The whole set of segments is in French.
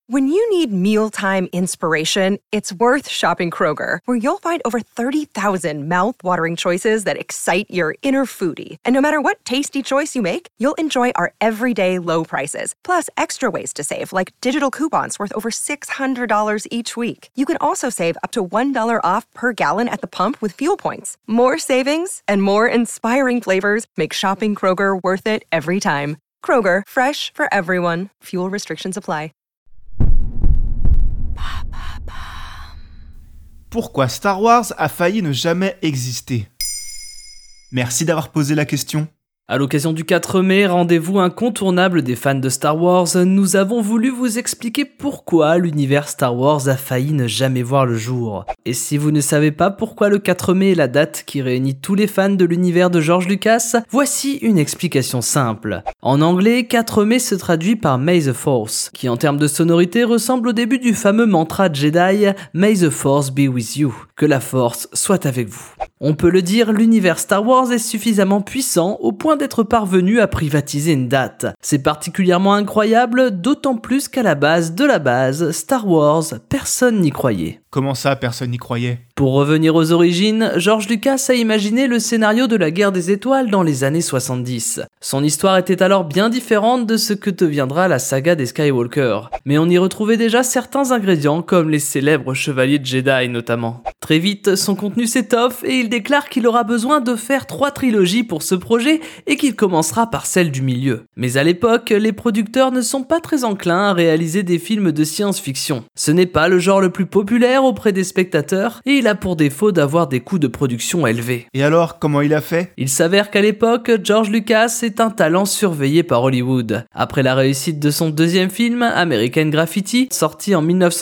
When you need mealtime inspiration, it's worth shopping Kroger, where you'll find over 30,000 mouth-watering choices that excite your inner foodie. And no matter what tasty choice you make, you'll enjoy our everyday low prices, plus extra ways to save, like digital coupons worth over $600 each week. You can also save up to $1 off per gallon at the pump with fuel points. More savings and more inspiring flavors make shopping Kroger worth it every time. Kroger, fresh for everyone. Fuel restrictions apply. Pourquoi Star Wars a failli ne jamais exister ? Merci d'avoir posé la question. À l'occasion du 4 mai, rendez-vous incontournable des fans de Star Wars, nous avons voulu vous expliquer pourquoi l'univers Star Wars a failli ne jamais voir le jour. Et si vous ne savez pas pourquoi le 4 mai est la date qui réunit tous les fans de l'univers de George Lucas, voici une explication simple. En anglais, 4 mai se traduit par May the Force, qui en termes de sonorité ressemble au début du fameux mantra Jedi « May the Force be with you », que la Force soit avec vous. On peut le dire, l'univers Star Wars est suffisamment puissant au point d'être parvenu à privatiser une date. C'est particulièrement incroyable, d'autant plus qu'à la base de la base, Star Wars, personne n'y croyait. Comment ça, personne n'y croyait ? Pour revenir aux origines, George Lucas a imaginé le scénario de la Guerre des Étoiles dans les années 70. Son histoire était alors bien différente de ce que deviendra la saga des Skywalker, mais on y retrouvait déjà certains ingrédients comme les célèbres chevaliers de Jedi notamment. Très vite, son contenu s'étoffe et il déclare qu'il aura besoin de faire 3 trilogies pour ce projet et qu'il commencera par celle du milieu. Mais à l'époque, les producteurs ne sont pas très enclins à réaliser des films de science-fiction. Ce n'est pas le genre le plus populaire auprès des spectateurs et il a pour défaut d'avoir des coûts de production élevés. Et alors, comment il a fait ? Il s'avère qu'à l'époque, George Lucas est un talent surveillé par Hollywood. Après la réussite de son deuxième film, American Graffiti, sorti en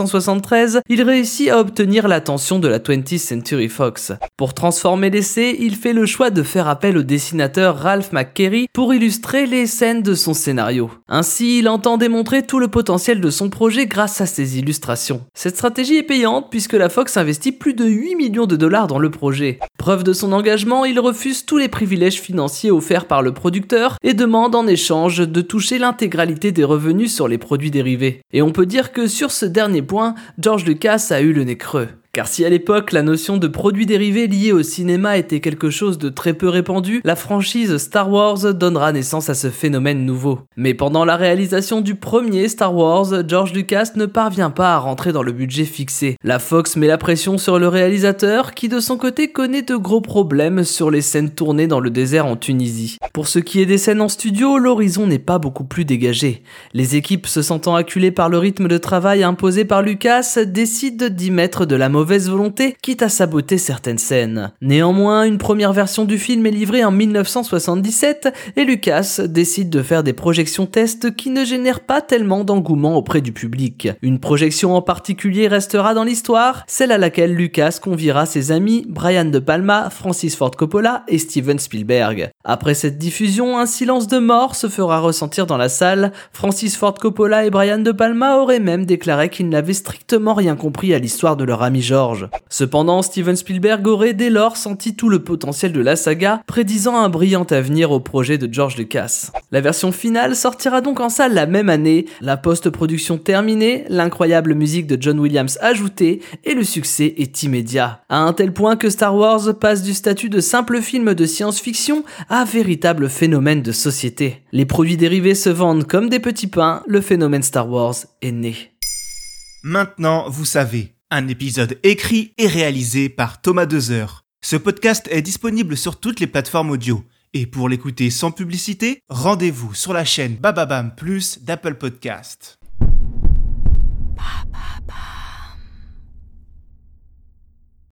1973, il réussit à obtenir l'attention de la 20th Century Fox. Pour transformer l'essai, il fait le choix de faire appel au dessinateur Ralph McQuarrie pour illustrer les scènes de son scénario. Ainsi, il entend démontrer tout le potentiel de son projet grâce à ses illustrations. Cette stratégie est payante puisque la Fox investit plus de 8 millions de dollars dans le projet. Preuve de son engagement, il refuse tous les privilèges financiers offerts par le producteur et demande en échange de toucher l'intégralité des revenus sur les produits dérivés. Et on peut dire que sur ce dernier point, George Lucas a eu le nez creux. Car si à l'époque la notion de produits dérivés liés au cinéma était quelque chose de très peu répandu, la franchise Star Wars donnera naissance à ce phénomène nouveau. Mais pendant la réalisation du premier Star Wars, George Lucas ne parvient pas à rentrer dans le budget fixé. La Fox met la pression sur le réalisateur qui de son côté connaît de gros problèmes sur les scènes tournées dans le désert en Tunisie. Pour ce qui est des scènes en studio, l'horizon n'est pas beaucoup plus dégagé. Les équipes se sentant acculées par le rythme de travail imposé par Lucas décident d'y mettre de la mauvaise volonté, quitte à saboter certaines scènes. Néanmoins, une première version du film est livrée en 1977 et Lucas décide de faire des projections tests qui ne génèrent pas tellement d'engouement auprès du public. Une projection en particulier restera dans l'histoire, celle à laquelle Lucas conviera ses amis Brian De Palma, Francis Ford Coppola et Steven Spielberg. Après cette diffusion, un silence de mort se fera ressentir dans la salle. Francis Ford Coppola et Brian De Palma auraient même déclaré qu'ils n'avaient strictement rien compris à l'histoire de leur ami George. Cependant, Steven Spielberg aurait dès lors senti tout le potentiel de la saga, prédisant un brillant avenir au projet de George Lucas. La version finale sortira donc en salle la même année, la post-production terminée, l'incroyable musique de John Williams ajoutée, et le succès est immédiat. À un tel point que Star Wars passe du statut de simple film de science-fiction à véritable phénomène de société. Les produits dérivés se vendent comme des petits pains, le phénomène Star Wars est né. Maintenant, vous savez. Un épisode écrit et réalisé par Thomas Dezer. Ce podcast est disponible sur toutes les plateformes audio. Et pour l'écouter sans publicité, rendez-vous sur la chaîne Bababam Plus d'Apple Podcast.